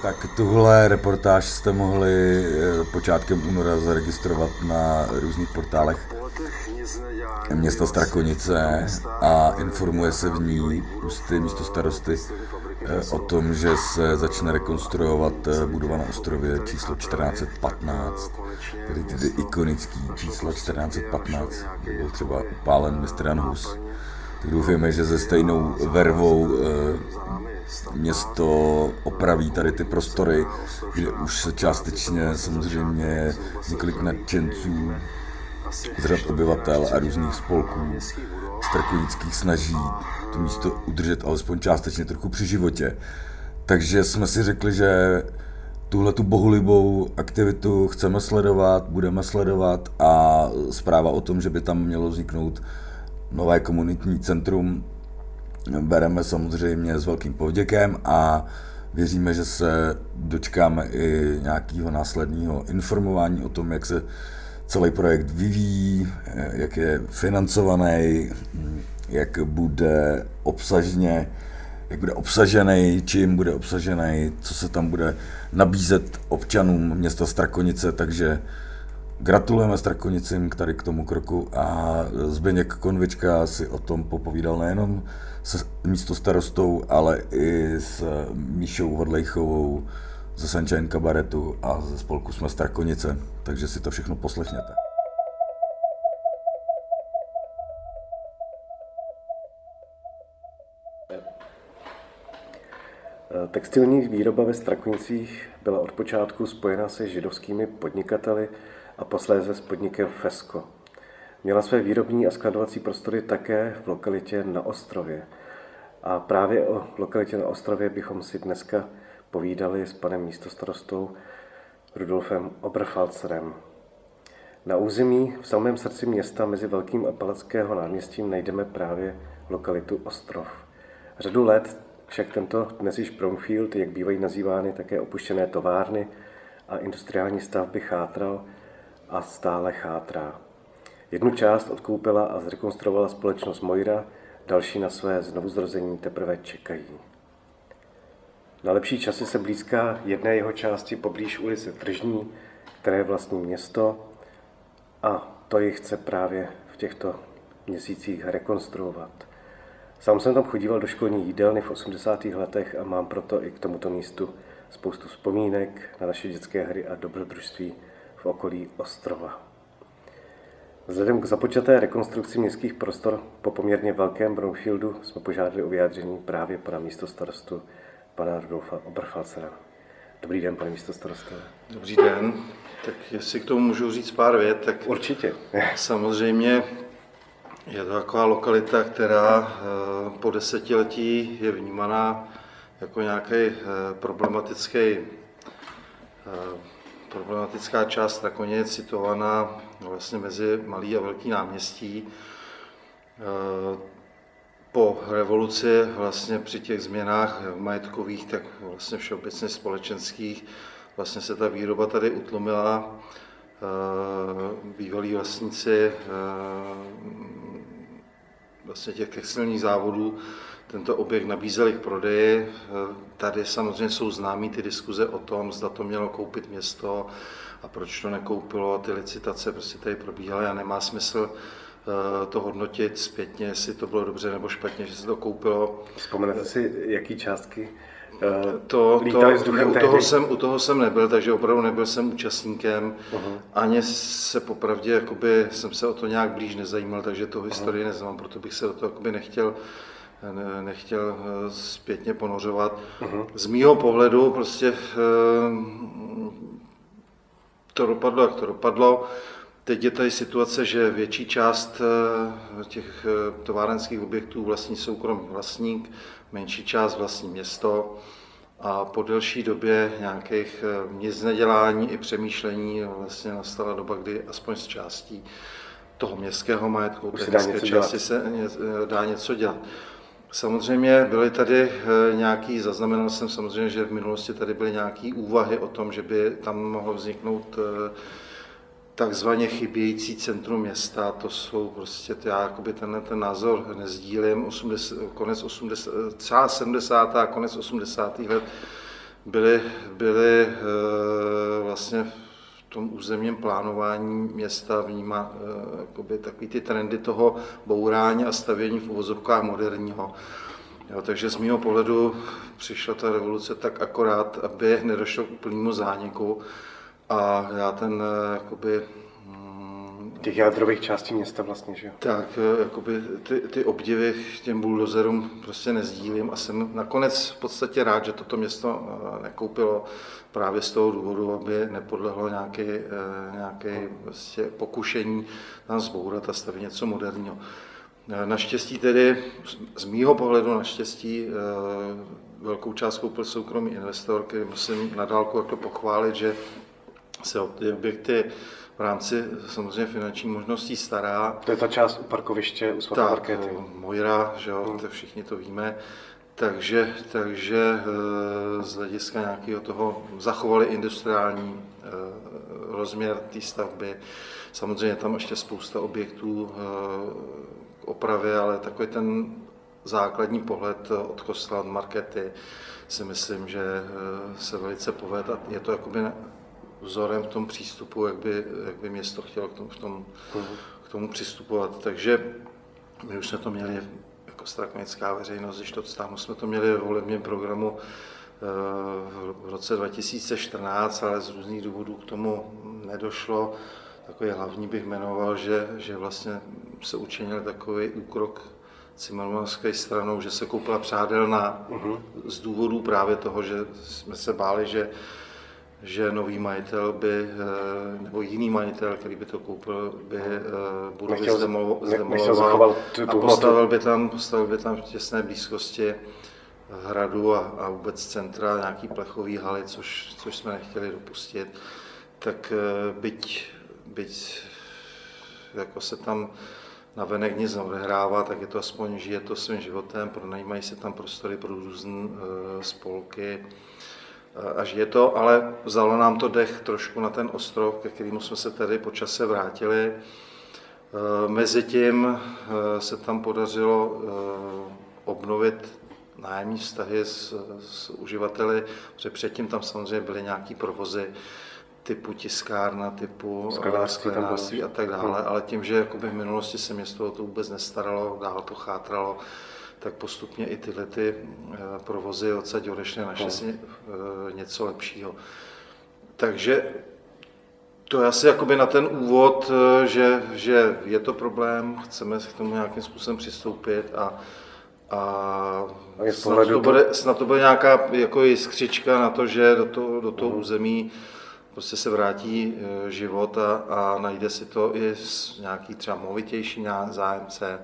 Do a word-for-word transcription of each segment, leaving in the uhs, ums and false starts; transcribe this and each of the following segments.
Tak tuhle reportáž jste mohli počátkem února zaregistrovat na různých portálech města Strakonice a informuje se v ní ústy místostarosty o tom, že se začne rekonstruovat budova na ostrově číslo čtrnáct patnáct, tedy tedy ikonický číslo čtrnáct patnáct, kde byl třeba upálen mistr Jan Hus. Tak doufujeme, že se stejnou vervou město opraví tady ty prostory, kde už se částečně samozřejmě několik nadšenců z řad obyvatel a různých spolků strakonických snaží to místo udržet alespoň částečně trochu při životě. Takže jsme si řekli, že tuhle tu bohulibou aktivitu chceme sledovat, budeme sledovat a zpráva o tom, že by tam mělo vzniknout nové komunitní centrum, bereme samozřejmě s velkým povděkem a věříme, že se dočkáme i nějakého následného informování o tom, jak se celý projekt vyvíjí, jak je financovaný, jak bude obsažně, jak bude obsažený, čím bude obsažený, co se tam bude nabízet občanům města Strakonice, takže gratulujeme Strakonicím k tady k tomu kroku a Zbyněk Konvička si o tom popovídal nejenom s místostarostou, ale i s Míšou Vodlejchovou ze Sunshine Kabaretu a ze spolku Jsme Strakonice, takže si to všechno poslechněte. Textilní výroba ve Strakonicích byla od počátku spojena se židovskými podnikateli a posléze s podnikem Fesko. Měla své výrobní a skladovací prostory také v lokalitě Na ostrově. A právě o lokalitě Na ostrově bychom si dneska povídali s panem místostarostou Rudolfem Oberfalzerem. Na území v samém srdci města mezi Velkým a Palackého náměstím najdeme právě lokalitu Ostrov. Řadu let však tento dnes již brownfield, jak bývají nazývány také opuštěné továrny a industriální stavby, chátral a stále chátrá. Jednu část odkoupila a zrekonstruovala společnost Moira, další na své znovuzrození teprve čekají. Na lepší časy se blízká jedné jeho části poblíž ulice Tržní, které vlastní město, a to ji chce právě v těchto měsících rekonstruovat. Sám jsem tam chodíval do školní jídelny v osmdesátých letech a mám proto i k tomuto místu spoustu vzpomínek na naše dětské hry a dobrodružství v okolí Ostrova. Vzhledem k započaté rekonstrukci městských prostor po poměrně velkém brownfieldu jsme požádali o vyjádření právě pana místostarostu, pana Rudolfa Oberfalzera. Dobrý den, pane místostarosto. Dobrý den. Tak jestli k tomu můžu říct pár vět, tak určitě. Samozřejmě je to taková lokalita, která po desetiletí je vnímaná jako nějaký problematický, problematická část Strakonic, situovaná vlastně mezi Malý a Velký náměstí. Po revoluci, vlastně při těch změnách majetkových, tak vlastně všeobecně společenských, vlastně se ta výroba tady utlumila. Bývalí vlastníci vlastně těch textilních závodů tento objekt nabízeli k prodeji. Tady samozřejmě jsou známé ty diskuze o tom, zda to mělo koupit město a proč to nekoupilo. Ty licitace prostě tady probíhaly a nemá smysl to hodnotit zpětně, jestli to bylo dobře nebo špatně, že se to koupilo. Vzpomenete si, jaký částky to, to, u, toho jsem, u toho jsem nebyl, takže opravdu nebyl jsem účastníkem. Uh-huh. Ani se popravdě, jakoby, jsem se o to nějak blíž nezajímal, takže to historii uh-huh. neznám, proto bych se do toho jakoby nechtěl, ne, nechtěl zpětně ponořovat. Uh-huh. Z mýho pohledu prostě to dopadlo, jak to dopadlo. Teď je tady situace, že větší část těch továrenských objektů vlastní soukromý vlastník, menší část vlastní město a po delší době nějakých nic nedělání i přemýšlení vlastně nastala doba, kdy aspoň z částí toho městského majetku, té městské části se dá něco dělat. Samozřejmě byly tady nějaký, zaznamenal jsem samozřejmě, že v minulosti tady byly nějaké úvahy o tom, že by tam mohlo vzniknout takzvaně chybějící centrum města. To jsou prostě, já jakoby tenhle ten názor nezdílím, osmdesát, konec osmdesátých, celá sedmdesátá konec osmdesátých let byly, byly vlastně v tom územním plánování města vnímá jakoby takový ty trendy toho bourání a stavění v uvozovkách moderního. Jo, takže z mého pohledu přišla ta revoluce tak akorát, aby nedošlo k úplnému zániku a já ten jakoby, těch jádrových částí města vlastně, že jo? Tak, jakoby ty, ty obdivy těm buldozerům prostě nezdílím a jsem nakonec v podstatě rád, že toto město nekoupilo právě z toho důvodu, aby nepodlehlo nějaké, nějaké vlastně pokušení tam zbourat a stavit něco moderního. Naštěstí tedy, z mýho pohledu naštěstí, velkou část koupil soukromý investor, který musím nadálku jako pochválit, že se o ty objekty v rámci samozřejmě finanční možností stará. To je ta část u parkoviště, u svaté Markéty. Mojra, že jo, hmm. to všichni to víme. Takže, takže z hlediska nějakého toho zachovali industriální rozměr té stavby. Samozřejmě tam ještě spousta objektů k opravě, ale takový ten základní pohled od kostela, od Markéty si myslím, že se velice povedl a je to jakoby vzorem v tom přístupu, jak by, jak by město chtělo k tomu, v tom, k tomu přistupovat. Takže my už jsme to měli jako strakonická veřejnost, když to stáhnu, jsme to měli ve volebním programu v roce dva tisíce čtrnáct, ale z různých důvodů k tomu nedošlo. Takový hlavní bych jmenoval, že, že vlastně se učinil takový úkrok cimrmanské stranou, že se koupila přádelna uh-huh. z důvodu právě toho, že jsme se báli, že že nový majitel by, nebo jiný majitel, který by to koupil, by budovy zdemoloval a postavil by tam, postavil by tam v těsné blízkosti hradu a, a vůbec centra nějaký plechový haly, což, což jsme nechtěli dopustit. Tak byť, byť jako se tam navenek nic neodehrává, tak je to aspoň, žije to svým životem, pronajímají se tam prostory pro různé spolky, a žije to, ale vzalo nám to dech trošku na ten ostrov, ke kterému jsme se tady po čase vrátili. Mezitím se tam podařilo obnovit nájemní vztahy s, s uživateli, protože předtím tam samozřejmě byly nějaký provozy typu tiskárna, typu sklenářství a tak dále, hmm. ale tím, že jakoby v minulosti se město o to vůbec nestaralo, dál to chátralo, tak postupně i tyhle ty provozy odsaď odešly, našli si něco lepšího. Takže to je asi jakoby na ten úvod, že, že je to problém, chceme k tomu nějakým způsobem přistoupit a, a snad, to bude, snad to bude nějaká jako jiskřička na to, že do toho, do toho území prostě se vrátí život a, a najde si to i nějaký třeba movitější zájemce.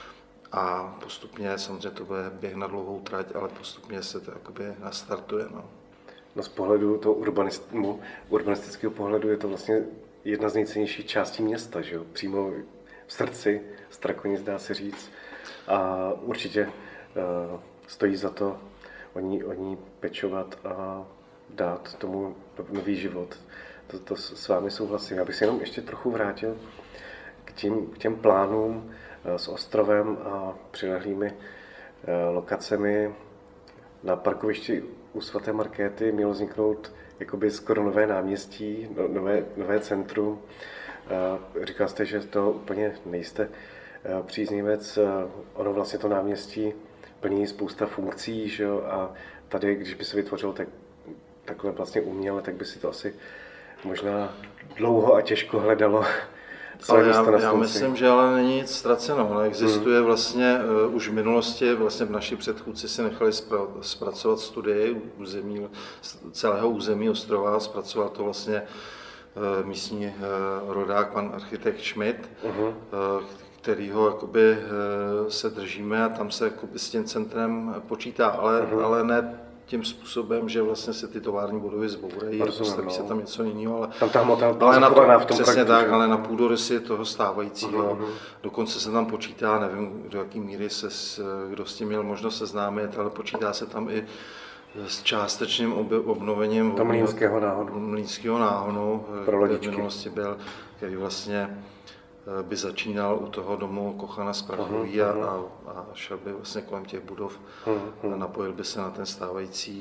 A postupně, samozřejmě to bude běh na dlouhou trať, ale postupně se to jakoby nastartuje. No. No z pohledu toho urbanismu, urbanistického pohledu je to vlastně jedna z nejcennějších částí města, že jo? Přímo v srdci Strakonic, dá se říct. A určitě uh, stojí za to o ní, o ní pečovat a dát tomu nový život. To, to s vámi souhlasím. Já bych se jenom ještě trochu vrátil k těm, k těm plánům s ostrovem a přilehlými lokacemi. Na parkovišti u svaté Markéty mělo vzniknout jakoby skoro nové náměstí, nové, nové centrum. Říkal jste, že to úplně nejste příznivec. Ono vlastně to náměstí plní spousta funkcí, že jo? A tady, když by se vytvořilo tak, takhle vlastně uměle, tak by si to asi možná dlouho a těžko hledalo. Ale já, já myslím, že ale není nic ztraceno. Ale existuje hmm. vlastně uh, už v minulosti, vlastně v naši předchůdci si nechali spra- zpracovat studii území, celého území ostrova, zpracoval to vlastně uh, místní uh, rodák, pan architekt Schmidt, uh-huh. uh, kterýho jakoby, uh, se držíme a tam se jakoby, s tím centrem počítá, ale, uh-huh. ale ne tím způsobem, že vlastně se ty tovární budovy zbourají a postaví se tam něco jiného, ale, tam ta hmota ale na to, v tom přesně tak, ale na půdorysy toho stávajícího. Uh-huh. Dokonce se tam počítá, nevím, do jaký míry se, kdo s tím měl možnost seznámit, ale počítá se tam i s částečným obnovením mlýnského náhonu. Mlýnského náhonu, který v minulosti byl, který vlastně by začínal u toho domu Kochana z Prachoví uh-huh. a, a šel by vlastně kolem těch budov uh-huh. a napojil by se na ten stávající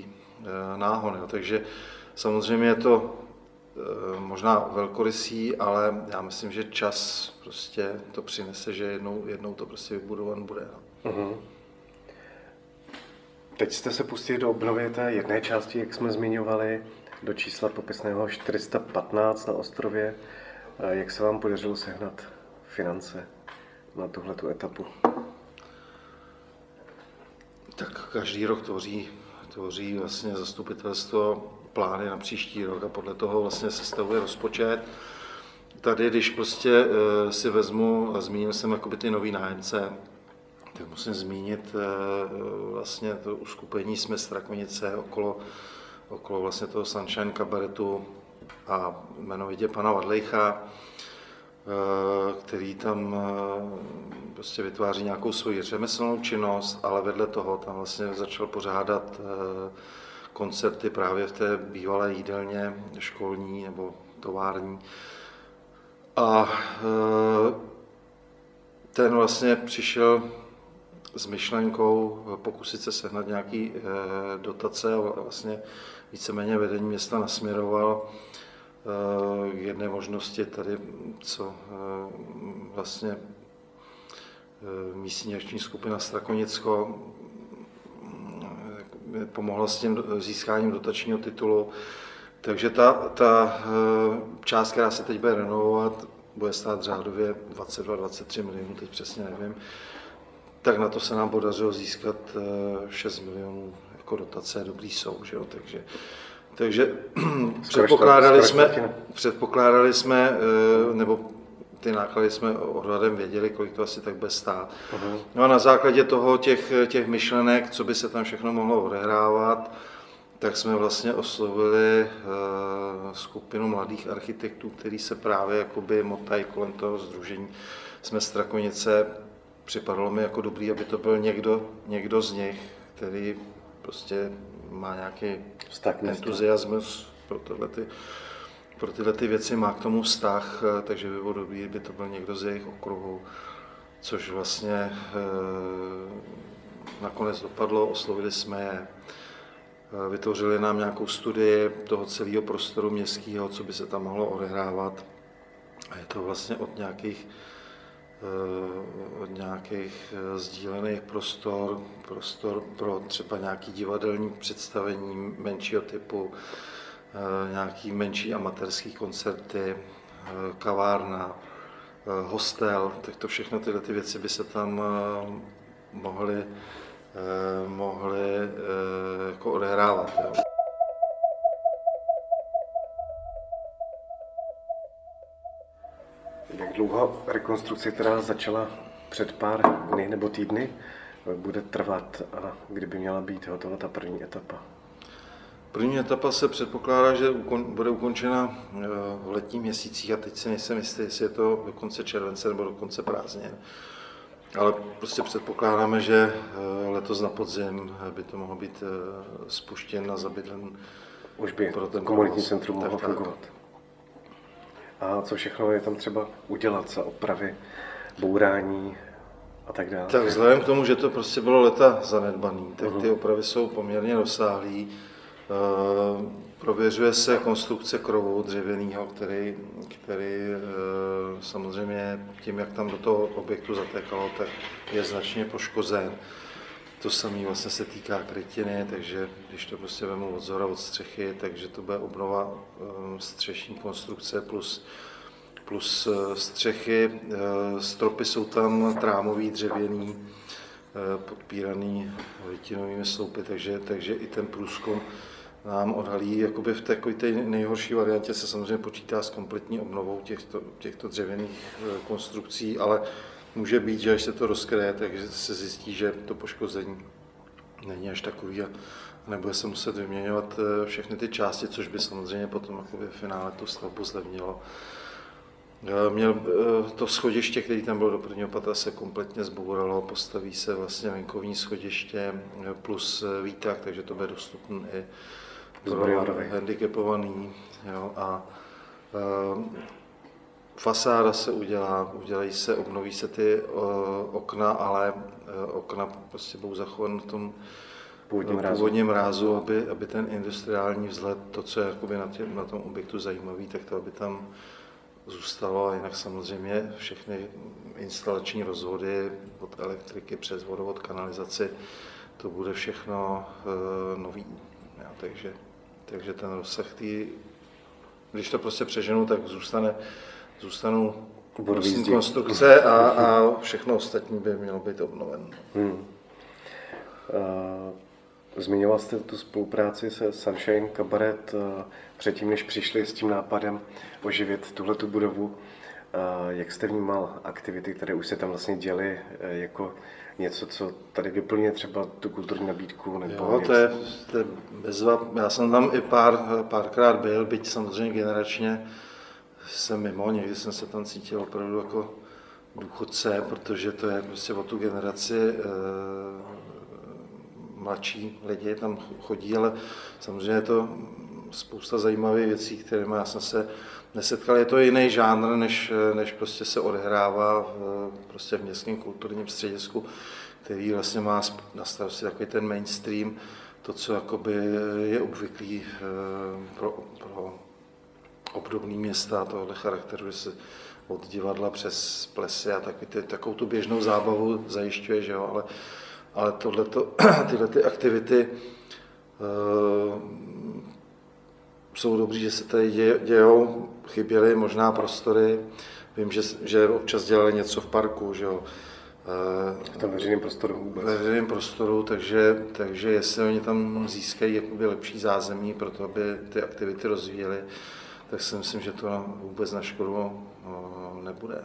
náhon. Jo. Takže samozřejmě je to možná velkorysý, ale já myslím, že čas prostě to přinese, že jednou, jednou to prostě vybudovan bude. No. Uh-huh. Teď jste se pustili do obnovy té jedné části, jak jsme zmiňovali, do čísla popisného čtyři sta patnáct na ostrově. Jak se vám podařilo sehnat finance na tuhletu etapu? Tak každý rok tvoří, tvoří vlastně zastupitelstvo plány na příští rok a podle toho vlastně sestavuje rozpočet. Tady, když prostě si vezmu, a zmínil jsem jakoby ty nový nájemce, tak musím zmínit vlastně to uskupení Jsme Strakonice okolo, okolo vlastně toho Sunshine kabaretu a jmenovitě pana Vadlejcha, který tam prostě vytváří nějakou svoji řemeslnou činnost, ale vedle toho tam vlastně začal pořádat koncerty právě v té bývalé jídelně školní nebo tovární. A ten vlastně přišel s myšlenkou pokusit se sehnat nějaký dotace a vlastně víceméně vedení města nasměroval k jedné možnosti tady, co vlastně místní akční skupina Strakonicko pomohla s tím získáním dotačního titulu. Takže ta, ta část, která se teď bude renovovat, bude stát řádově dvacet dva dvacet tři milionů, teď přesně nevím, tak na to se nám podařilo získat šest milionů jako dotace, dobrý jsou, že jo? Takže, takže předpokládali jsme, předpokládali jsme, nebo ty náklady jsme odhadem věděli, kolik to asi tak bude stát. Uh-huh. No a na základě toho těch, těch myšlenek, co by se tam všechno mohlo odehrávat, tak jsme vlastně oslovili uh, skupinu mladých architektů, kteří se právě jakoby motají kolem toho sdružení Jsme Strakonice. Připadalo mi jako dobrý, aby to byl někdo, někdo z nich, který prostě má nějaký entuziasmus pro tohle ty, pro tyhle ty věci, má k tomu vztah, takže by bylo dobrý, kdyby to byl někdo z jejich okruhu, což vlastně e, nakonec dopadlo, oslovili jsme je, vytvořili nám nějakou studii toho celého prostoru městského, co by se tam mohlo odehrávat. A je to vlastně od nějakých, od nějakých sdílených prostor, prostor pro třeba nějaké divadelní představení menšího typu, nějaký menší amatérský koncerty, kavárna, hostel, tak to všechno tyhle ty věci by se tam mohly, mohly jako odehrávat. Jo. Jak dlouho rekonstrukce, která začala před pár dny nebo týdny, bude trvat a kdyby měla být hotová ta první etapa? První etapa se předpokládá, že bude ukončena v letních měsících a teď si nejsem jistý, jestli je to do konce července nebo do konce prázdnin. Ale prostě předpokládáme, že letos na podzim by to mohlo být spuštěn a zabydlen. Už by pro ten komunitní centrum mohlo fungovat. A co všechno je tam třeba udělat za opravy, bourání a tak dále? Tak vzhledem k tomu, že to prostě bylo leta zanedbaný, tak ty opravy jsou poměrně rozsáhlý. Uh, prověřuje se konstrukce krovu dřevěného, který, který uh, samozřejmě tím, jak tam do toho objektu zatékalo, tak je značně poškozen. To samé vlastně se týká krytiny, takže když to prostě vemu od zhora, od střechy, takže to bude obnova um, střešní konstrukce plus, plus uh, střechy. Uh, stropy jsou tam trámový, dřevěný, uh, podpíraný litinovými sloupy, takže, takže i ten průzkum nám odhalí, jakoby v takové té nejhorší variantě se samozřejmě počítá s kompletní obnovou těchto, těchto dřevěných konstrukcí, ale může být, že až se to rozkryje, takže se zjistí, že to poškození není až takový a nebude se muset vyměňovat všechny ty části, což by samozřejmě potom jakoby v finále tu stavbu zlevnilo. Měl to schodiště, který tam bylo do prvního patra, se kompletně zbouralo, postaví se vlastně venkovní schodiště plus výtah, takže to bude dostupné i pro handicapovaný. Jo, a uh, fasáda se udělá, udělají se, obnoví se ty uh, okna, ale uh, okna prostě budou zachovány v tom původním rázu. původním rázu, aby, aby ten industriální vzhled, to, co je jakoby na, tě, na tom objektu zajímavý, tak to, aby tam zůstalo, a jinak samozřejmě všechny instalační rozvody od elektriky přes vodovod, kanalizaci, to bude všechno uh, nový. Ja, takže, takže ten rozsah tý, když to prostě přeženu, tak zůstane, zůstanou vlastní konstrukce a, a všechno ostatní by mělo být obnoveno. Hmm. Uh, zmiňoval jste tu spolupráci se Sunshine Cabaret uh, předtím, než přišli s tím nápadem oživit tuhletu budovu. Uh, jak jste vnímal aktivity, které už se tam vlastně děly, uh, jako něco, co tady vyplňuje třeba tu kulturní nabídku? Nebo jo, to je, to je bezva. Já jsem tam i pár, párkrát byl, byť samozřejmě generačně jsem mimo, někdy jsem se tam cítil opravdu jako důchodce, protože to je prostě o tu generaci e, mladší lidi tam chodí, ale samozřejmě je to spousta zajímavých věcí, kterými já jsem se nesetkal. Je to jiný žánr, než, než prostě se odehrává v, prostě v městském kulturním středisku, který vlastně má na starosti takový ten mainstream, to, co jakoby je obvyklý pro, pro obdobný města tohoto charakteru, že se od divadla přes plesy a taky ty, takovou tu běžnou zábavu zajišťuje, že jo, ale, ale tohleto, tyhle ty aktivity uh, jsou dobrý, že se tady dě, dějou, chyběly možná prostory, vím, že, že občas dělali něco v parku, že jo. V tom veřejném prostoru vůbec. Ve veřejném prostoru, takže, takže jestli oni tam získají jakoby lepší zázemí pro to, aby ty aktivity rozvíjely, tak si myslím, že to vůbec na škodu nebude.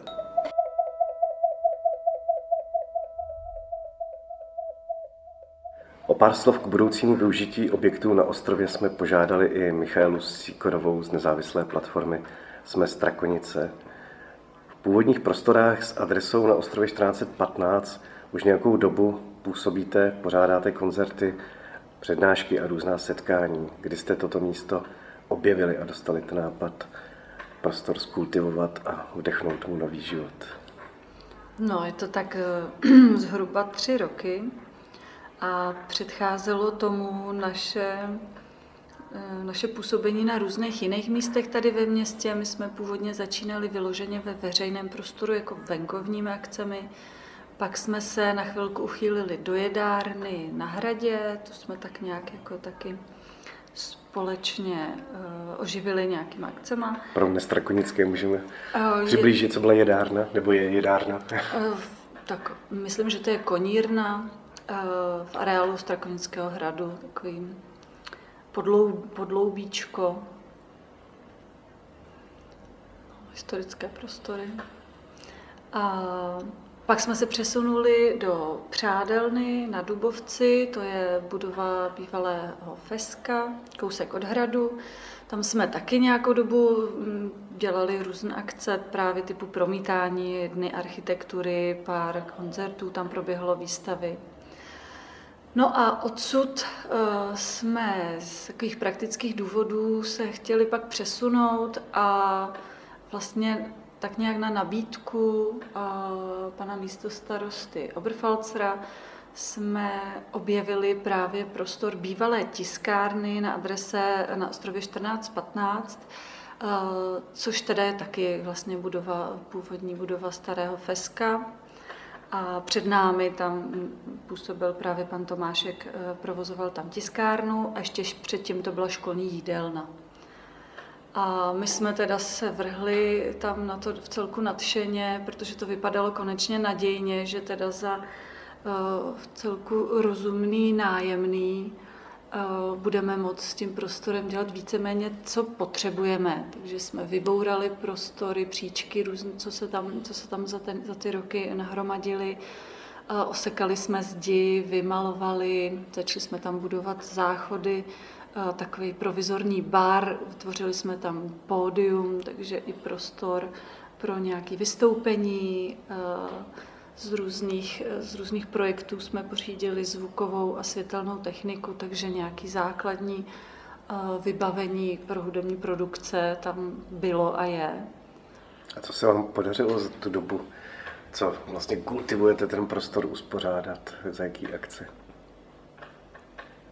O pár slov k budoucímu využití objektů na ostrově jsme požádali i Michaelu Sikorovou z nezávislé platformy Jsme Strakonice. V původních prostorách s adresou na ostrově čtrnáct patnáct už nějakou dobu působíte, pořádáte koncerty, přednášky a různá setkání. Kdy jste toto místo objevili a dostali ten nápad prostor zkultivovat a vdechnout mu nový život? No, je to tak zhruba tři roky a předcházelo tomu naše, naše působení na různých jiných místech tady ve městě. My jsme původně začínali vyloženě ve veřejném prostoru jako venkovními akcemi, pak jsme se na chvilku uchýlili do jedárny na Hradě, to jsme tak nějak jako taky společně uh, oživili nějakýma akcema. Pro nestrakonické můžeme uh, přiblížit, co byla jedárna, nebo je jedárna? Uh, tak myslím, že to je konírna uh, v areálu Strakonického hradu, takový podlou, podloubíčko, historické prostory. A pak jsme se přesunuli do Přádelny na Dubovci, to je budova bývalého Feska, kousek od hradu. Tam jsme taky nějakou dobu dělali různé akce, právě typu promítání, dny architektury, pár koncertů, tam proběhlo výstavy. No a odsud uh, jsme z takových praktických důvodů se chtěli pak přesunout a vlastně tak nějak na nabídku uh, pana místostarosty Oberfalzera jsme objevili právě prostor bývalé tiskárny na adrese na ostrově čtrnáct patnáct, uh, což teda je taky vlastně budova, původní budova starého Feska. A před námi tam působil právě pan Tomášek, uh, provozoval tam tiskárnu a ještě předtím to byla školní jídelna. A my jsme teda se vrhli tam na to v celku nadšeně, protože to vypadalo konečně nadějně, že teda za uh, v celku rozumný nájemný uh, budeme moct s tím prostorem dělat víceméně, co potřebujeme. Takže jsme vybourali prostory, příčky, různé, co se tam, co se tam za, ten, za ty roky nahromadily. Uh, osekali jsme zdi, vymalovali, začali jsme tam budovat záchody, takový provizorní bar, vytvořili jsme tam pódium, takže i prostor pro nějaké vystoupení. Z různých, z různých projektů jsme pořídili zvukovou a světelnou techniku, takže nějaký základní vybavení pro hudební produkce tam bylo a je. A co se vám podařilo za tu dobu? Co vlastně kultivujete ten prostor uspořádat? Za jaký akce?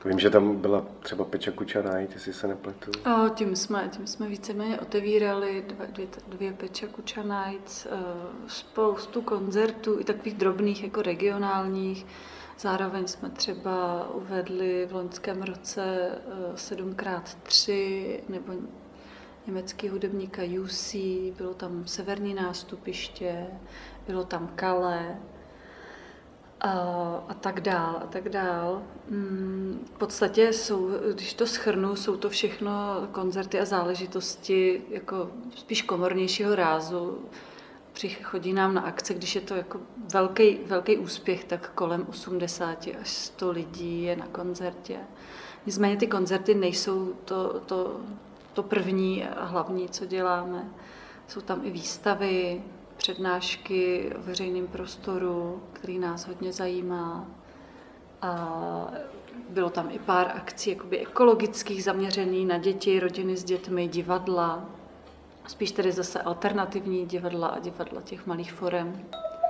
Vím, že tam byla třeba Peča Kučanajt, jestli se nepletu. O, tím jsme, tím jsme víceméně otevírali dvě, dvě, dvě Peča Kučanajc, spoustu koncertů, i takových drobných, jako regionálních. Zároveň jsme třeba uvedli v loňském roce sedm krát tři, nebo německý hudebníka U C, bylo tam Severní nástupiště, bylo tam Calais a, a tak dál, a tak dál. V podstatě jsou, když to shrnu, jsou to všechno koncerty a záležitosti jako spíš komornějšího rázu. Chodí nám na akce, když je to jako velký, velký úspěch, tak kolem osmdesát až sto lidí je na koncertě. Nicméně ty koncerty nejsou to, to, to první a hlavní, co děláme. Jsou tam i výstavy, přednášky o veřejném prostoru, který nás hodně zajímá. A bylo tam i pár akcí jakoby ekologických, zaměřených na děti, rodiny s dětmi, divadla. Spíš tedy zase alternativní divadla a divadla těch malých forem.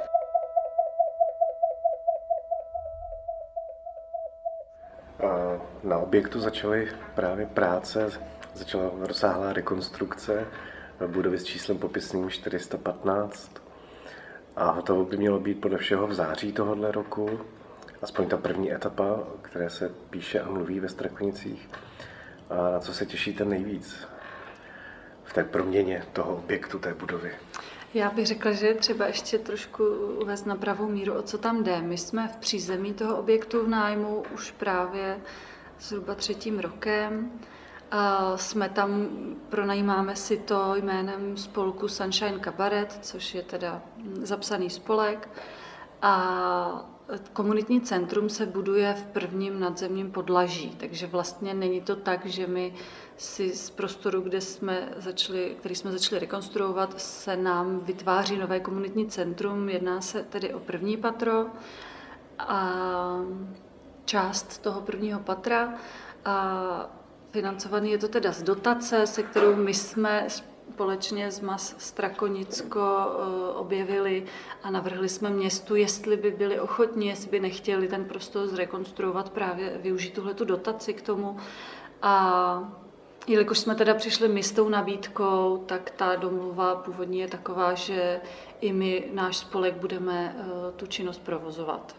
A na objektu začaly právě práce, začala rozsáhlá rekonstrukce budovy s číslem popisným čtyři sta patnáct a hotovo by mělo být podle všeho v září tohohle roku, aspoň ta první etapa, o které se píše a mluví ve Strakonicích. A na co se těšíte nejvíc v té proměně toho objektu, té budovy? Já bych řekla, že je třeba ještě trošku uvést na pravou míru, o co tam jde. My jsme v přízemí toho objektu v nájmu už právě zhruba třetím rokem. A jsme tam, pronajímáme si to jménem spolku Sunshine Cabaret, což je teda zapsaný spolek. A komunitní centrum se buduje v prvním nadzemním podlaží, takže vlastně není to tak, že my si z prostoru, kde jsme začali, který jsme začali rekonstruovat, se nám vytváří nové komunitní centrum. Jedná se tedy o první patro a část toho prvního patra. A financovaný je to teda z dotace, se kterou my jsme společně s M A S Strakonicko objevili a navrhli jsme městu, jestli by byli ochotní, jestli by nechtěli ten prostor zrekonstruovat, právě využít tuhletu dotaci k tomu. A jelikož jsme teda přišli my s tou nabídkou, tak ta domluva původní je taková, že i my, náš spolek, budeme tu činnost provozovat.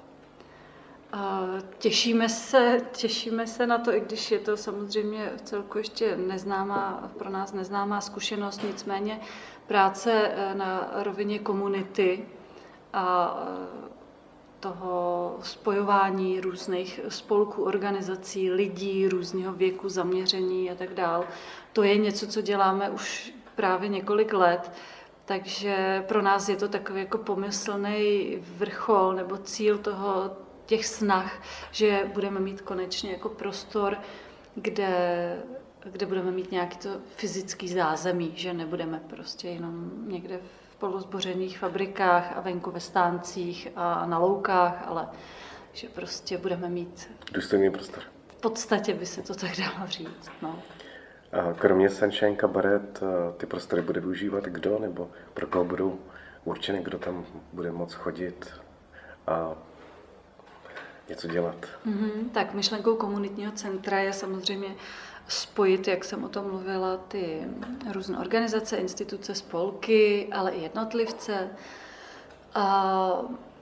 Těšíme se, těšíme se na to, i když je to samozřejmě v celku ještě neznámá, pro nás neznámá zkušenost, nicméně práce na rovině komunity a toho spojování různých spolků, organizací, lidí různého věku, zaměření a tak dál. To je něco, co děláme už právě několik let, takže pro nás je to takový jako pomyslný vrchol nebo cíl toho, těch snah, že budeme mít konečně jako prostor, kde, kde budeme mít nějaký to fyzický zázemí, že nebudeme prostě jenom někde v polozbořených fabrikách a venku ve stáncích a na loukách, ale že prostě budeme mít důstojný prostor. V podstatě by se to tak dalo říct. No. A kromě Sunshine Cabaret ty prostory bude využívat kdo, nebo pro koho budou určeny, kdo tam bude moct chodit a něco dělat? Mm-hmm, tak myšlenkou komunitního centra je samozřejmě spojit, jak jsem o tom mluvila, ty různé organizace, instituce, spolky, ale i jednotlivce. A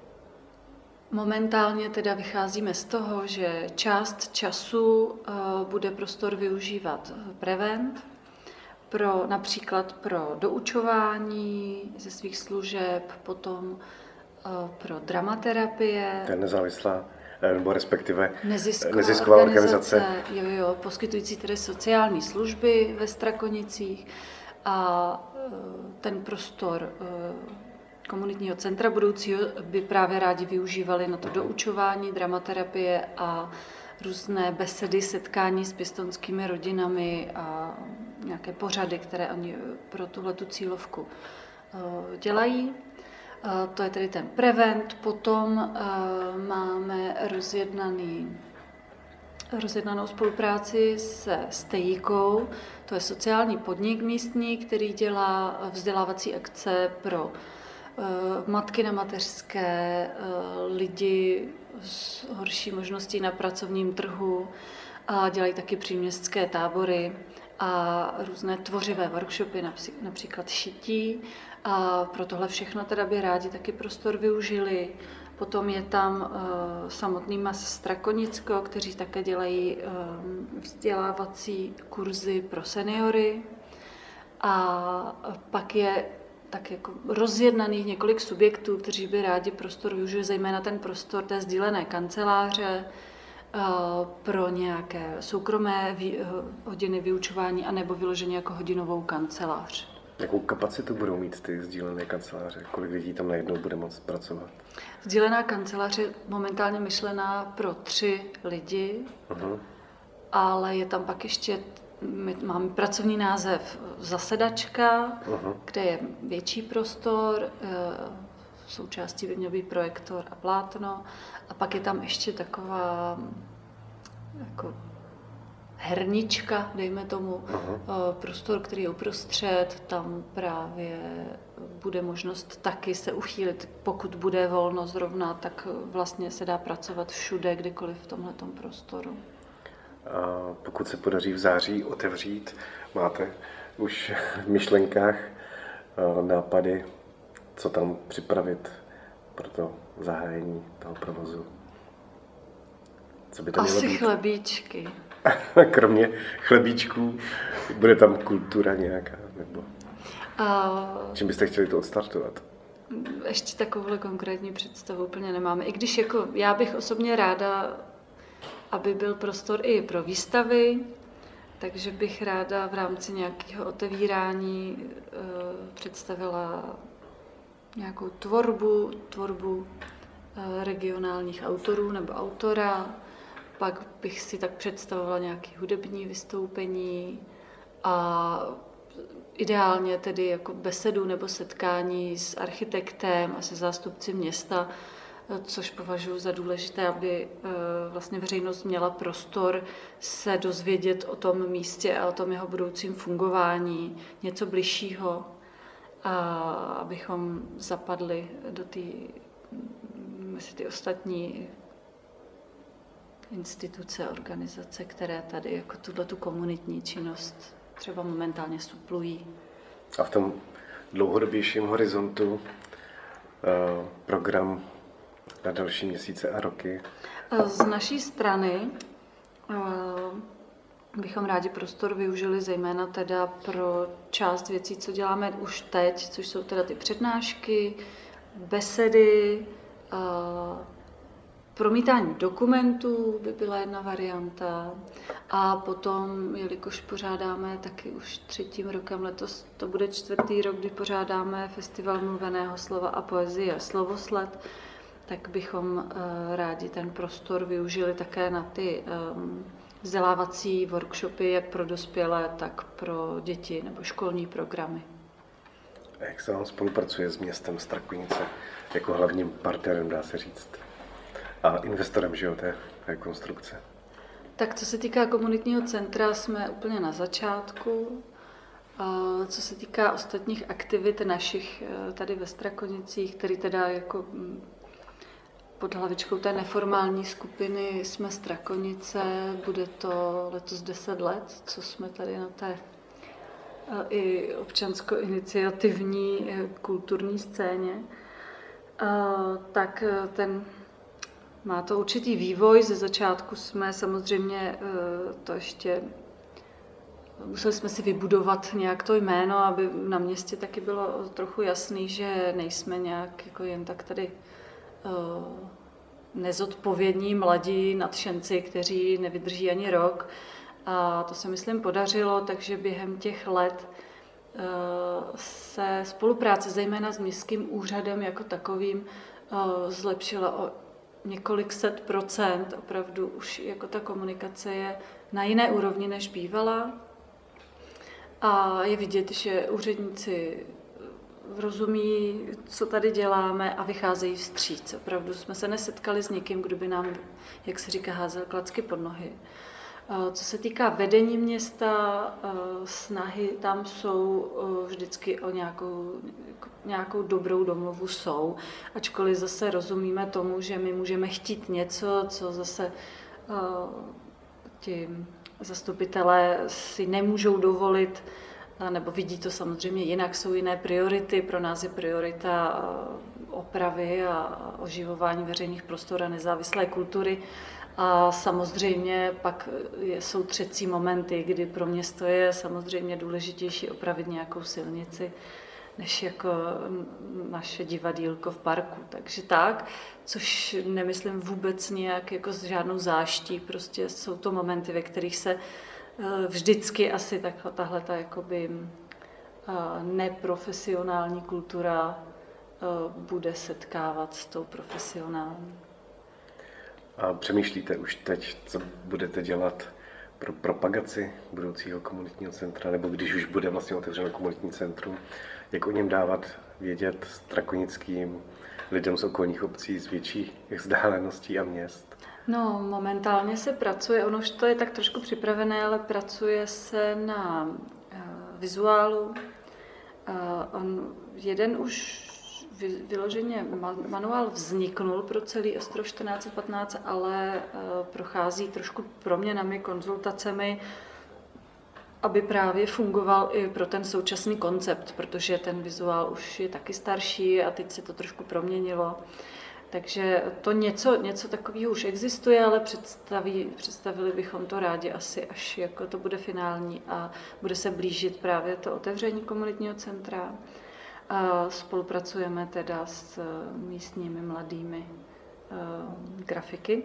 momentálně teda vycházíme z toho, že část času bude prostor využívat Prevent, pro, například pro doučování ze svých služeb, potom pro dramaterapie. To je nezávislá, nebo respektive nezisková, nezisková organizace. organizace jo, jo, poskytující tedy sociální služby ve Strakonicích a ten prostor komunitního centra budoucího by právě rádi využívali na to doučování, dramaterapie a různé besedy, setkání s pěstounskými rodinami a nějaké pořady, které oni pro tuhletu cílovku dělají. To je tedy ten Prevent, potom máme rozjednaný, rozjednanou spolupráci se Stejíkou, to je sociální podnik místní, který dělá vzdělávací akce pro matky na mateřské, lidi s horší možností na pracovním trhu A dělají taky příměstské tábory a různé tvořivé workshopy, například šití. A pro tohle všechno teda by rádi taky prostor využili. Potom je tam uh, samotný Mas Strakonicko, kteří také dělají um, vzdělávací kurzy pro seniory. A pak je tak jako rozjednaných několik subjektů, kteří by rádi prostor využili, zejména ten prostor té sdílené kanceláře uh, pro nějaké soukromé vý, uh, hodiny vyučování anebo vyloženě jako hodinovou kancelář. Jakou kapacitu budou mít ty sdílené kanceláře? Kolik lidí tam najednou bude moct pracovat? Sdílená kancelář je momentálně myšlená pro tři lidi, uh-huh. ale je tam pak ještě, my máme pracovní název zasedačka, uh-huh. kde je větší prostor, součástí by měl být projektor a plátno, a pak je tam ještě taková jako hernička, dejme tomu, uh-huh. prostor, který je uprostřed, tam právě bude možnost taky se uchýlit, pokud bude volno zrovna, tak vlastně se dá pracovat všude, kdykoliv v tomhletom prostoru. A pokud se podaří v září otevřít, máte už v myšlenkách nápady, co tam připravit pro to zahájení toho provozu? Co by tam Asi mělo být? chlebíčky. Kromě chlebíčků, bude tam kultura nějaká? Nebo A... čím byste chtěli to odstartovat? Ještě takovouhle konkrétní představu úplně nemáme. I když jako já bych osobně ráda, aby byl prostor i pro výstavy, takže bych ráda v rámci nějakého otevírání e, představila nějakou tvorbu, tvorbu e, regionálních autorů nebo autora. Pak bych si tak představovala nějaké hudební vystoupení a ideálně tedy jako besedu nebo setkání s architektem a se zástupci města, což považuji za důležité, aby vlastně veřejnost měla prostor se dozvědět o tom místě a o tom jeho budoucím fungování, něco bližšího, a abychom zapadli do té, mezi ty ostatní instituce, organizace, které tady jako tuhletu komunitní činnost třeba momentálně suplují. A v tom dlouhodobějším horizontu uh, program na další měsíce a roky? Z naší strany uh, bychom rádi prostor využili zejména teda pro část věcí, co děláme už teď, což jsou teda ty přednášky, besedy, uh, promítání dokumentů by byla jedna varianta, a potom, jelikož pořádáme taky už třetím rokem, letos to bude čtvrtý rok, kdy pořádáme Festival mluveného slova a poezie Slovosled, tak bychom uh, rádi ten prostor využili také na ty um, vzdělávací workshopy, jak pro dospělé, tak pro děti nebo školní programy. A jak se vám spolupracuje s městem Strakonice jako hlavním partnerem, dá se říct, a investorem, že jo, té rekonstrukce? Tak co se týká komunitního centra, jsme úplně na začátku. Co se týká ostatních aktivit našich tady ve Strakonicích, který teda jako pod hlavičkou té neformální skupiny jsme Strakonice, bude to letos deset let, co jsme tady na té i občansko-iniciativní kulturní scéně, tak ten má to určitý vývoj. Ze začátku jsme samozřejmě to ještě museli jsme si vybudovat nějak to jméno, aby na městě taky bylo trochu jasný, že nejsme nějak jako jen tak tady nezodpovědní mladí nadšenci, kteří nevydrží ani rok. A to se, myslím, podařilo, takže během těch let se spolupráce, zejména s městským úřadem jako takovým, zlepšila o několik set procent. Opravdu už jako ta komunikace je na jiné úrovni, než bývala. A je vidět, že úředníci rozumí, co tady děláme, a vycházejí vstříc. Opravdu jsme se nesetkali s někým, kdo by nám, jak se říká, házel klacky pod nohy. Co se týká vedení města, snahy tam jsou vždycky o nějakou, nějakou dobrou domluvu jsou, ačkoliv zase rozumíme tomu, že my můžeme chtít něco, co zase ti zastupitelé si nemůžou dovolit, nebo vidí to samozřejmě jinak, jsou jiné priority. Pro nás je priorita opravy a oživování veřejných prostor a nezávislé kultury. A samozřejmě pak jsou třecí momenty, kdy pro město je samozřejmě důležitější opravit nějakou silnici, než jako naše divadýlko v parku. Takže tak, což nemyslím vůbec nějak jako s žádnou záští, prostě jsou to momenty, ve kterých se vždycky asi takhle, tahle ta jakoby neprofesionální kultura bude setkávat s tou profesionální. A přemýšlíte už teď, co budete dělat pro propagaci budoucího komunitního centra, nebo když už bude vlastně otevřeno komunitní centrum, jak o něm dávat vědět strakonickým lidem z okolních obcí, z větších vzdáleností a měst? No, momentálně se pracuje, ono už to je tak trošku připravené, ale pracuje se na uh, vizuálu. Uh, on, jeden už vy, vyloženě manuál vzniknul pro celý Ostrov čtrnáct set patnáct, ale uh, prochází trošku proměnami, konzultacemi, aby právě fungoval i pro ten současný koncept, protože ten vizuál už je taky starší a teď se to trošku proměnilo. Takže to něco, něco takového už existuje, ale představí, představili bychom to rádi asi, až jako to bude finální a bude se blížit právě to otevření komunitního centra. A spolupracujeme teda s místními mladými uh, grafiky.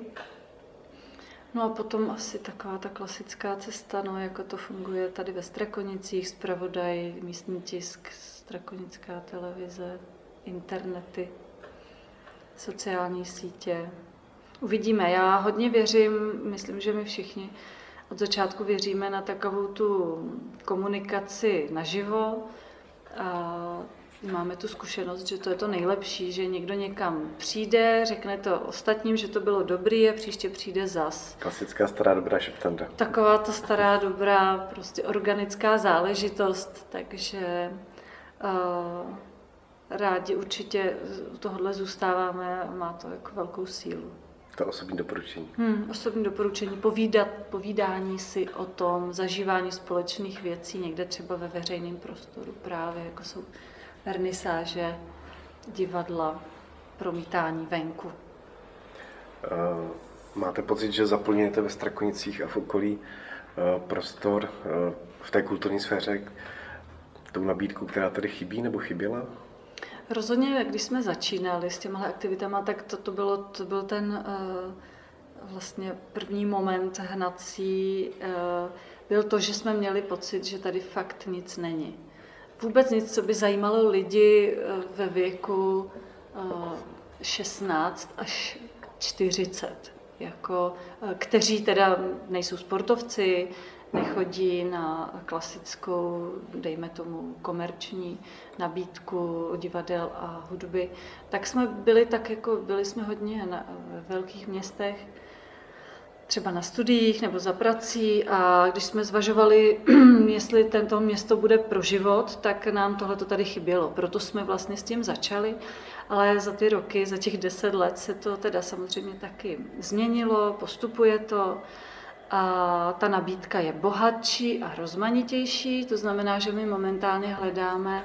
No a potom asi taková ta klasická cesta, no, jako to funguje tady ve Strakonicích, zpravodaj, místní tisk, strakonická televize, internety, sociální sítě. Uvidíme. Já hodně věřím, myslím, že my všichni od začátku věříme na takovou tu komunikaci naživo. A máme tu zkušenost, že to je to nejlepší, že někdo někam přijde, řekne to ostatním, že to bylo dobrý a příště přijde zas. Klasická stará dobrá šeptanda. Taková ta stará dobrá, prostě organická záležitost, takže uh, rádi určitě u tohohle zůstáváme a má to jako velkou sílu. To osobní doporučení. Hmm, osobní doporučení, povídat, povídání si o tom, zažívání společných věcí, někde třeba ve veřejném prostoru právě, jako jsou vernisáže, divadla, promítání venku. Uh, máte pocit, že zaplňujete ve Strakonicích a v okolí uh, prostor uh, v té kulturní sféře tou nabídku, která tady chybí nebo chyběla? Rozhodně, když jsme začínali s těmihle aktivitama, tak to, to, bylo, to byl ten uh, vlastně první moment hnací. Uh, byl to, že jsme měli pocit, že tady fakt nic není. Vůbec nic, co by zajímalo lidi uh, ve věku uh, šestnáct až čtyřicet, jako, uh, kteří teda nejsou sportovci, nechodí na klasickou, dejme tomu, komerční nabídku divadel a hudby, tak jsme byli tak jako, byli jsme hodně na, ve velkých městech, třeba na studiích nebo za prací a když jsme zvažovali, jestli tento město bude pro život, tak nám tohle tady chybělo. Proto jsme vlastně s tím začali, ale za ty roky, za těch deset let se to teda samozřejmě taky změnilo, postupuje to. A ta nabídka je bohatší a rozmanitější, to znamená, že my momentálně hledáme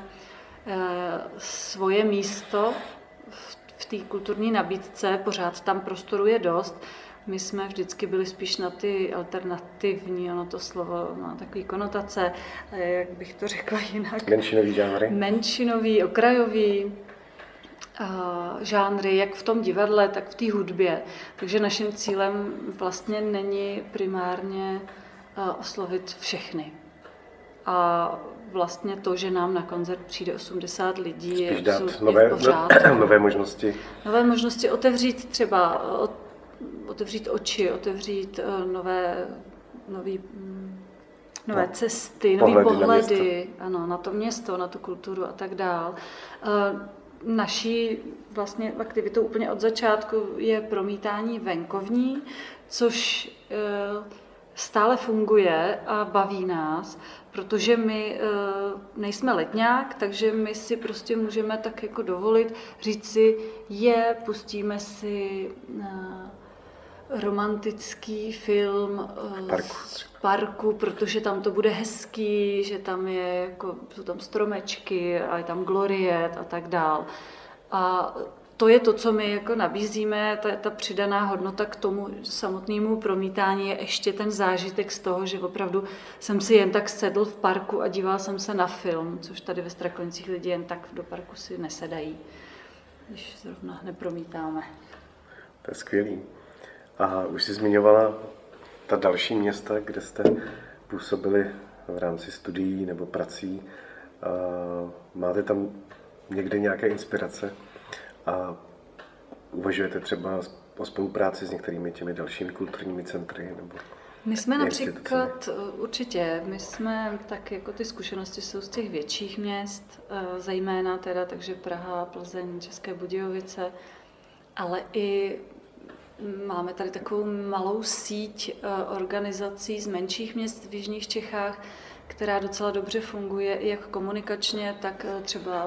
svoje místo v té kulturní nabídce, pořád tam prostoru je dost. My jsme vždycky byli spíš na ty alternativní, ono to slovo má takový konotace, jak bych to řekla jinak. Menšinový žánry? Menšinový, okrajový. Žánry, jak v tom divadle, tak v té hudbě. Takže naším cílem vlastně není primárně oslovit všechny. A vlastně to, že nám na koncert přijde osmdesát lidí, je absolutně nové, v pořádku. Nové možnosti. Nové možnosti otevřít třeba, otevřít oči, otevřít nové, nový, nové no, cesty, nové pohledy, pohledy na, ano, na to město, na tu kulturu a tak dál. Naší vlastně aktivitou úplně od začátku je promítání venkovní, což stále funguje a baví nás, protože my nejsme letňák, takže my si prostě můžeme tak jako dovolit říct si, je, pustíme si romantický film Parku. z parku, protože tam to bude hezký, že tam je jako, jsou tam stromečky a je tam gloriet a tak dál. A to je to, co my jako nabízíme, ta, ta přidaná hodnota k tomu samotnému promítání je ještě ten zážitek z toho, že opravdu jsem si jen tak sedl v parku a díval jsem se na film, což tady ve Strakonicích lidi jen tak do parku si nesedají, když zrovna nepromítáme. To je skvělý. A už jsi zmiňovala ta další města, kde jste působili v rámci studií nebo prací. A máte tam někde nějaké inspirace a uvažujete třeba o spolupráci s některými těmi dalšími kulturními centry? Nebo my jsme například, určitě, my jsme tak jako ty zkušenosti jsou z těch větších měst, zejména teda, takže Praha, Plzeň, České Budějovice, ale i máme tady takovou malou síť organizací z menších měst v jižních Čechách, která docela dobře funguje jak komunikačně, tak třeba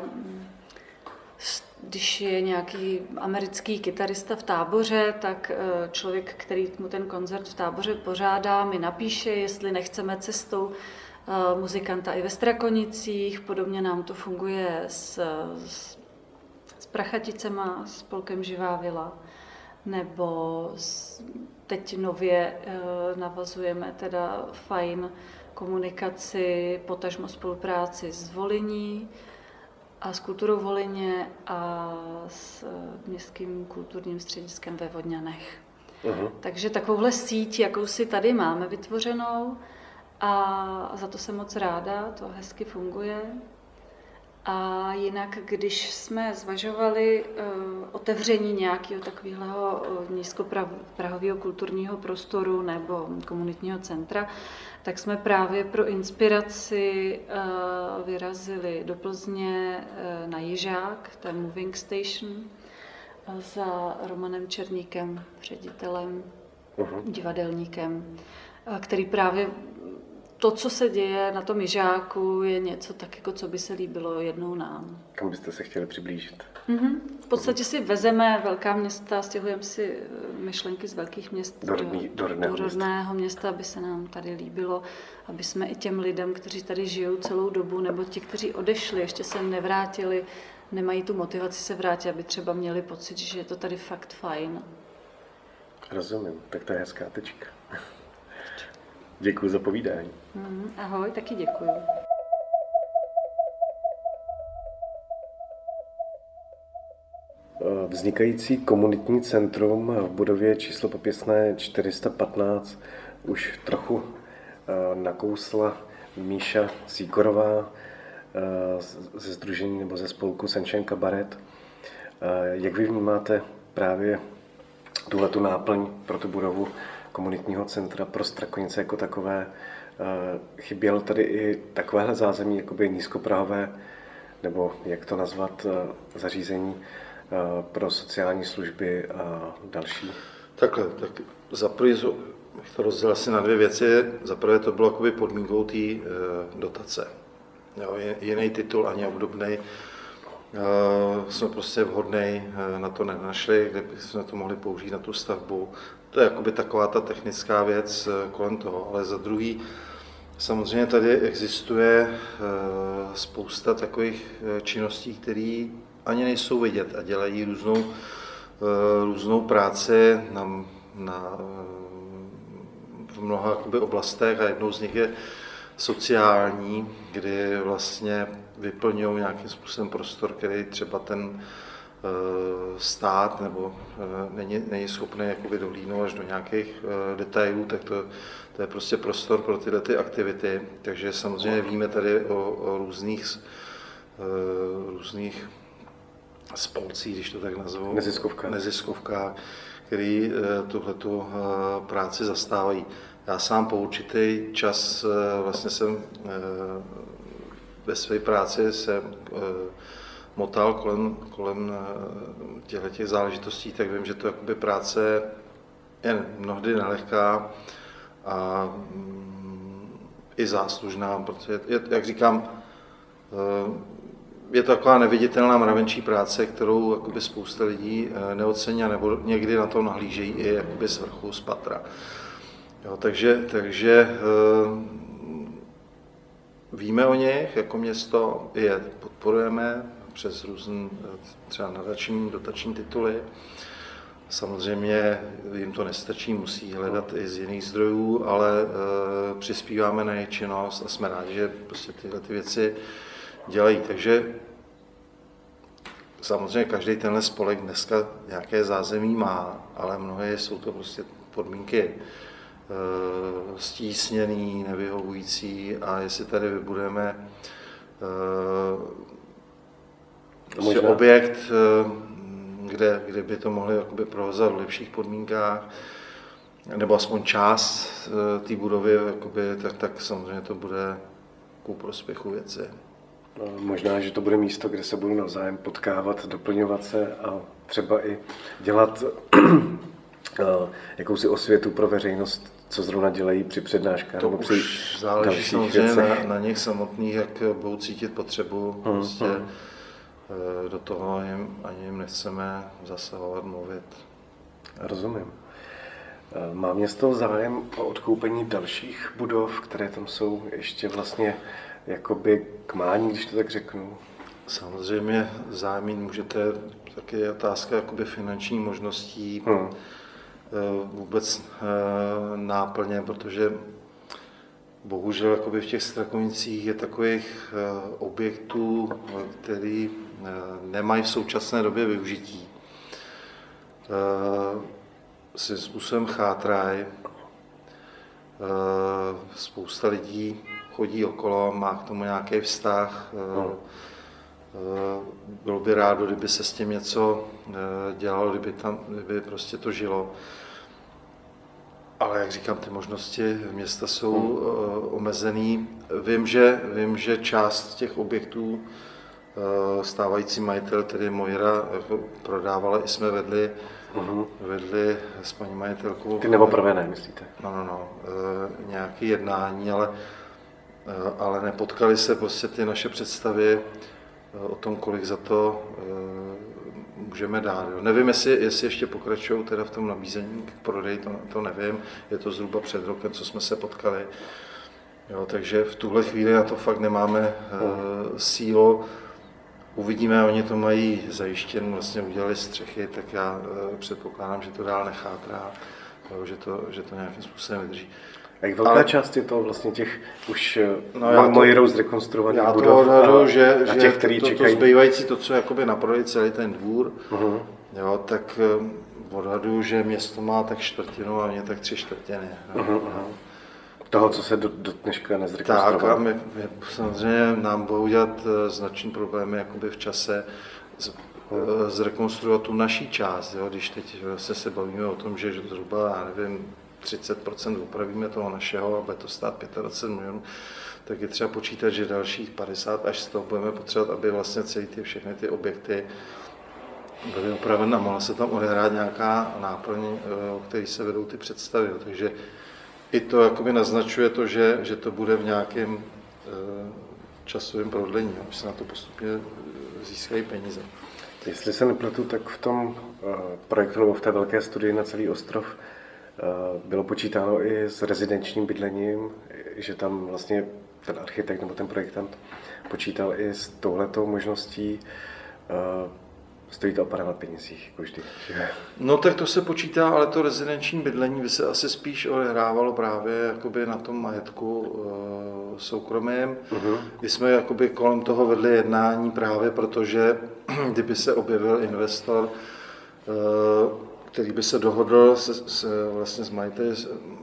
když je nějaký americký kytarista v Táboře, tak člověk, který mu ten koncert v Táboře pořádá, mi napíše, jestli nechceme cestou muzikanta i ve Strakonicích. Podobně nám to funguje s, s, s Prachaticema, s spolkem Živá vila. Nebo teď nově navazujeme teda fajn komunikaci, potažmo spolupráci s Volyní a s Kulturou Volyně a s Městským kulturním střediskem ve Vodňanech. Uh-huh. Takže takovouhle síť, jakou si tady máme vytvořenou a za to jsem moc ráda, to hezky funguje. A jinak, když jsme zvažovali uh, otevření nějakého takového uh, nízkoprahového kulturního prostoru nebo komunitního centra, tak jsme právě pro inspiraci uh, vyrazili do Plzně uh, na Jižák, to je Moving Station, uh, za Romanem Černíkem, ředitelem, uh-huh. divadelníkem, uh, který právě to, co se děje na tom Jižáku, je něco tak, jako co by se líbilo jednou nám. Kam byste se chtěli přiblížit? Mm-hmm. V podstatě si vezeme velká města, stěhujeme si myšlenky z velkých měst do, rodný, do, rodného, do rodného města, aby se nám tady líbilo, aby jsme i těm lidem, kteří tady žijou celou dobu, nebo ti, kteří odešli, ještě se nevrátili, nemají tu motivaci se vrátit, aby třeba měli pocit, že je to tady fakt fajn. Rozumím, tak to je hezká tečka. Děkuji za povídání. Mm, ahoj, taky děkuji. Vznikající komunitní centrum v budově číslo popisné čtyři sta patnáct už trochu nakousla Míša Sýkorová ze sdružení nebo ze spolku Sunshine Kabaret. Jak vy vnímáte právě tuhletu náplň pro tu budovu komunitního centra pro Strakonice jako takové? Chybělo tady i takovéhle zázemí, jakoby nízkoprahové, nebo jak to nazvat, zařízení pro sociální služby a další? Takhle, tak za prvý bych to rozdělil asi na dvě věci. Za prvé to bylo jakoby podmínkou té e, dotace. Jo, jiný titul ani obdobný e, jsme prostě vhodnej e, na to nenašli, kde jsme to mohli použít na tu stavbu. To je jakoby taková ta technická věc e, kolem toho, ale za druhý samozřejmě tady existuje e, spousta takových e, činností, které ani nejsou vidět a dělají různou, e, různou práci na, na, v mnoha jakoby oblastech a jednou z nich je sociální, kdy vlastně vyplňují nějakým způsobem prostor, který třeba ten e, stát nebo e, není, není schopný jakoby dohlídnout až do nějakých e, detailů, tak to, to je prostě prostor pro tyhle ty aktivity. Takže samozřejmě víme tady o, o různých, e, různých spolcích, když to tak nazvu, neziskovkách, neziskovkách který e, tuhletu e, práci zastávají. Já sám po určitý čas e, vlastně jsem e, ve své práci se e, motal kolem, kolem těchto těch záležitostí, tak vím, že to jakoby práce je mnohdy nelehká a mm, i záslužná, protože, jak říkám, je to taková neviditelná mravenčí práce, kterou jakoby spousta lidí neocení nebo někdy na to nahlížejí i jakoby z vrchu, z patra. Jo, takže, takže víme o nich jako město, je podporujeme přes různé třeba nadační, dotační tituly. Samozřejmě jim to nestačí, musí hledat i z jiných zdrojů, ale e, přispíváme na jejich činnost a jsme rádi, že prostě tyhle ty věci dělají. Takže samozřejmě každý tenhle spolek dneska nějaké zázemí má, ale mnohé jsou to prostě podmínky e, stísněný, nevyhovující a jestli tady vybudeme e, prostě objekt, e, Kde, kde by to mohli jakoby provozovat v lepších podmínkách, nebo aspoň část té budovy, jakoby, tak, tak samozřejmě to bude ku prospěchu věci. No, možná, že to bude místo, kde se budou navzájem potkávat, doplňovat se a třeba i dělat jakousi osvětu pro veřejnost, co zrovna dělají při přednáškách. To nebo už při záleží samozřejmě na, na nich samotných, jak budou cítit potřebu. Hmm, prostě, hmm. Do toho jim, ani jim nechceme zasahovat, mluvit. Rozumím. Má město zájem o odkoupení dalších budov, které tam jsou ještě vlastně jakoby k mání, když to tak řeknu? Samozřejmě zájem můžete, taky je otázka jakoby finanční možností, hmm. vůbec náplně, protože bohužel jakoby v těch Strakonicích je takových objektů, který nemají v současné době využití. Svým způsobem chátrají. Spousta lidí chodí okolo, má k tomu nějaký vztah. Bylo by rádo, kdyby se s tím něco dělalo, kdyby tam kdyby prostě to žilo. Ale jak říkám, ty možnosti města jsou hmm. omezený. Vím že, vím, že část těch objektů stávající majitel, tedy Mojra, prodávala, i jsme vedli, uh-huh. vedli s paní majitelkou. Ty neopravené, myslíte? No, no, no, e, nějaké jednání, ale, e, ale nepotkali se prostě ty naše představy e, o tom, kolik za to e, můžeme dát. Jo. Nevím, jestli, jestli ještě pokračují teda v tom nabízení k prodeji, to, to nevím, je to zhruba před rokem, co jsme se potkali. Jo, takže v tuhle chvíli na to fakt nemáme e, sílu. Uvidíme, oni to mají zajištěn, vlastně udělali střechy, tak já e, předpokládám, že to dál nechátrá, jo, že, to, že to nějakým způsobem vydrží. Jak velká Ale, část je to vlastně těch už no Mojrou zrekonstruovaných já budov? Já to odhadu, že, a že těch, který to, to, čekají... to zbývající, to, co jakoby na prodej celý ten dvůr, uh-huh. jo, tak odhadu, že město má tak čtvrtinu a mě tak tři čtvrtiny. Uh-huh. No. Toho, co se do, do dneška nezrekonstrovalo. Tak a my, my samozřejmě nám budou dělat značný problémy jakoby v čase z, hmm. zrekonstruovat tu naší část. Jo? Když teď se, se bavíme o tom, že zhruba, já nevím, třicet procent opravíme toho našeho a bude to stát dvacet pět milionů, tak je třeba počítat, že dalších padesát až sto budeme potřebovat, aby vlastně celý ty, všechny ty objekty byly opraveny a mohla se tam odehrát nějaká náplň, o které se vedou ty představy. Jo? Takže i to jakoby naznačuje to, že, že to bude v nějakém e, časovém prodlení, že se na to postupně získají peníze. Jestli se nepletu, tak v tom e, projektu nebo v té velké studii na celý ostrov e, bylo počítáno i s rezidenčním bydlením, že tam vlastně ten architekt nebo ten projektant počítal i s touhletou možností. E, Stojí to opravdu na penězích, jako vždy. No tak to se počítá, ale to rezidenční bydlení by se asi spíš odehrávalo právě jakoby na tom majetku e, soukromém. Uh-huh. My jsme jakoby kolem toho vedli jednání právě protože, kdyby se objevil investor, e, který by se dohodl se, se, vlastně s majiteli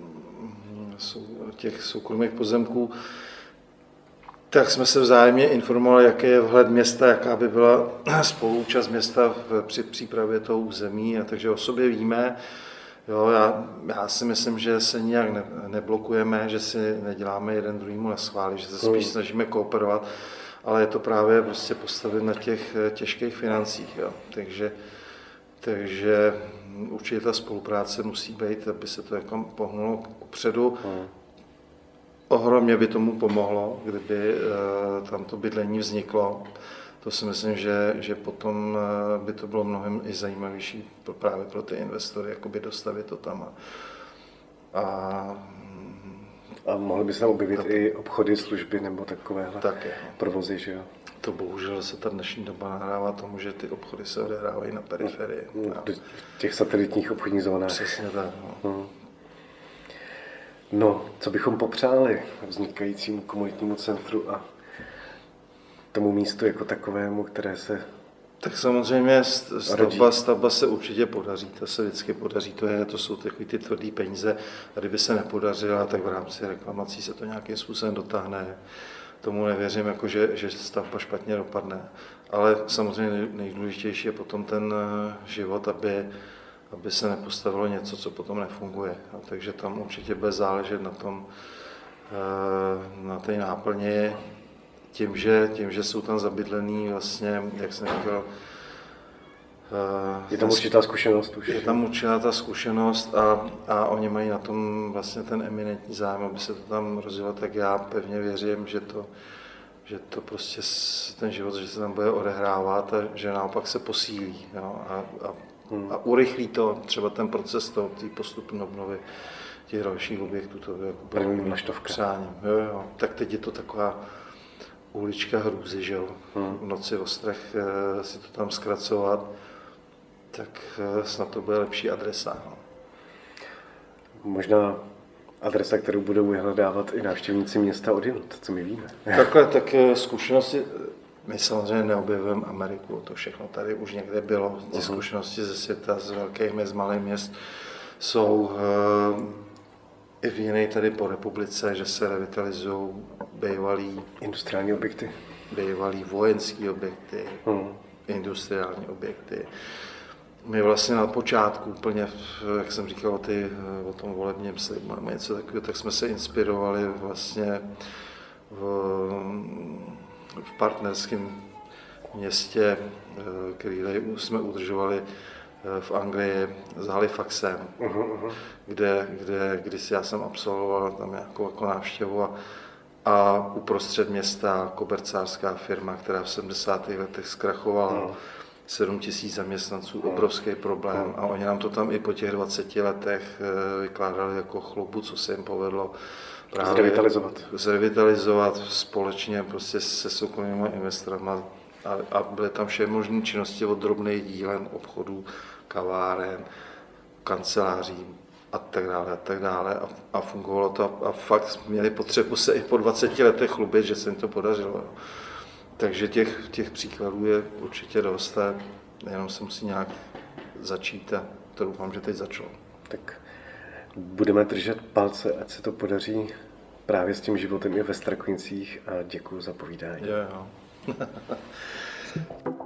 těch soukromých pozemků, tak jsme se vzájemně informovali, jaký je vhled města, jaká by byla spoluúčast města v, při přípravě toho území, a takže o sobě víme. Jo, já, já si myslím, že se nijak ne, neblokujeme, že si neděláme jeden druhýmu neschválit, že se spíš snažíme kooperovat, ale je to právě prostě postavit na těch těžkých financích. Jo. Takže, takže určitě ta spolupráce musí být, aby se to jako pohnulo kupředu. Hmm. Ohromně by tomu pomohlo, kdyby uh, tam to bydlení vzniklo. to si myslím, že, že potom by to bylo mnohem i zajímavější pro, právě pro ty investory, jakoby dostavit to tam. A, a, a mohly by se tam objevit to, i obchody, služby nebo takovéhle tak je. provozy, že jo? To bohužel se ta dnešní doba nahrává tomu, že ty obchody se odehrávají na periferii. V těch satelitních obchodních zónách. Přesně tak. No. Hmm. No, co bychom popřáli vznikajícímu komunitnímu centru a tomu místu jako takovému, které se Tak samozřejmě stavba, stavba se určitě podaří, to se vždycky podaří, to, je, to jsou takové ty tvrdé peníze, a kdyby se nepodařila, tak v rámci reklamací se to nějakým způsobem dotáhne. Tomu nevěřím, jako že, že stavba špatně dopadne, ale samozřejmě nejdůležitější je potom ten život, aby, aby se nepostavilo něco, co potom nefunguje. A takže tam určitě bude záležet na tom, na té náplně, tím že, tím, že jsou tam zabydlený vlastně, jak jsem říkal, je tam určitá zkušenost už. Je tam určitá ta zkušenost a, a oni mají na tom vlastně ten eminentní zájem, aby se to tam rozjelo, tak já pevně věřím, že to, že to prostě ten život, že se tam bude odehrávat a že naopak se posílí, jo, a, a, hmm. a urychlí to třeba ten proces toho, té postupné obnovy těch dalších objektů. To je jako přání. Jo, jo. Tak teď je to taková ulička hrůzy, že jo, hmm. v noci ostrech e, si to tam zkracovat, tak e, snad to bude lepší adresa. No. Možná adresa, kterou budou vyhledávat i návštěvníci města odjinud, co my víme. Takhle, tak e, zkušenosti, my samozřejmě neobjevujeme Ameriku, to všechno tady už někde bylo, ty uh-huh. zkušenosti ze světa, z velkých měst, z malých měst jsou e, i v jiných tady po republice, že se revitalizují bývalý industriální objekty, bývalý vojenský objekty, hmm. industriální objekty. My vlastně na počátku úplně, jak jsem říkal o, ty, o tom volebním slibu nebo něco takového, tak jsme se inspirovali vlastně v, v partnerském městě, který jsme udržovali v Anglii s Halifaxem, uh-huh. kde, kde když já jsem absolvoval tam nějakou jako návštěvu a, a uprostřed města kobercářská firma, která v sedmdesátých letech zkrachovala, uh-huh. sedm tisíc zaměstnanců, uh-huh. obrovský problém uh-huh. a oni nám to tam i po těch dvaceti letech vykládali jako chlubu, co se jim povedlo právě zrevitalizovat, zrevitalizovat společně prostě se soukromými investorama. A, a byly tam vše možné činnosti od drobných dílen, obchodů, kaváren, kanceláří a tak dále a tak dále. A, a fungovalo to a fakt měli potřebu se i po dvaceti letech chlubit, že se jim to podařilo. Takže těch, těch příkladů je určitě dost, jenom se musí nějak začít a to doufám, že teď začalo. Tak budeme držet palce, ať se to podaří právě s tím životem i ve Strakonicích a děkuji za povídání. Jo, jo.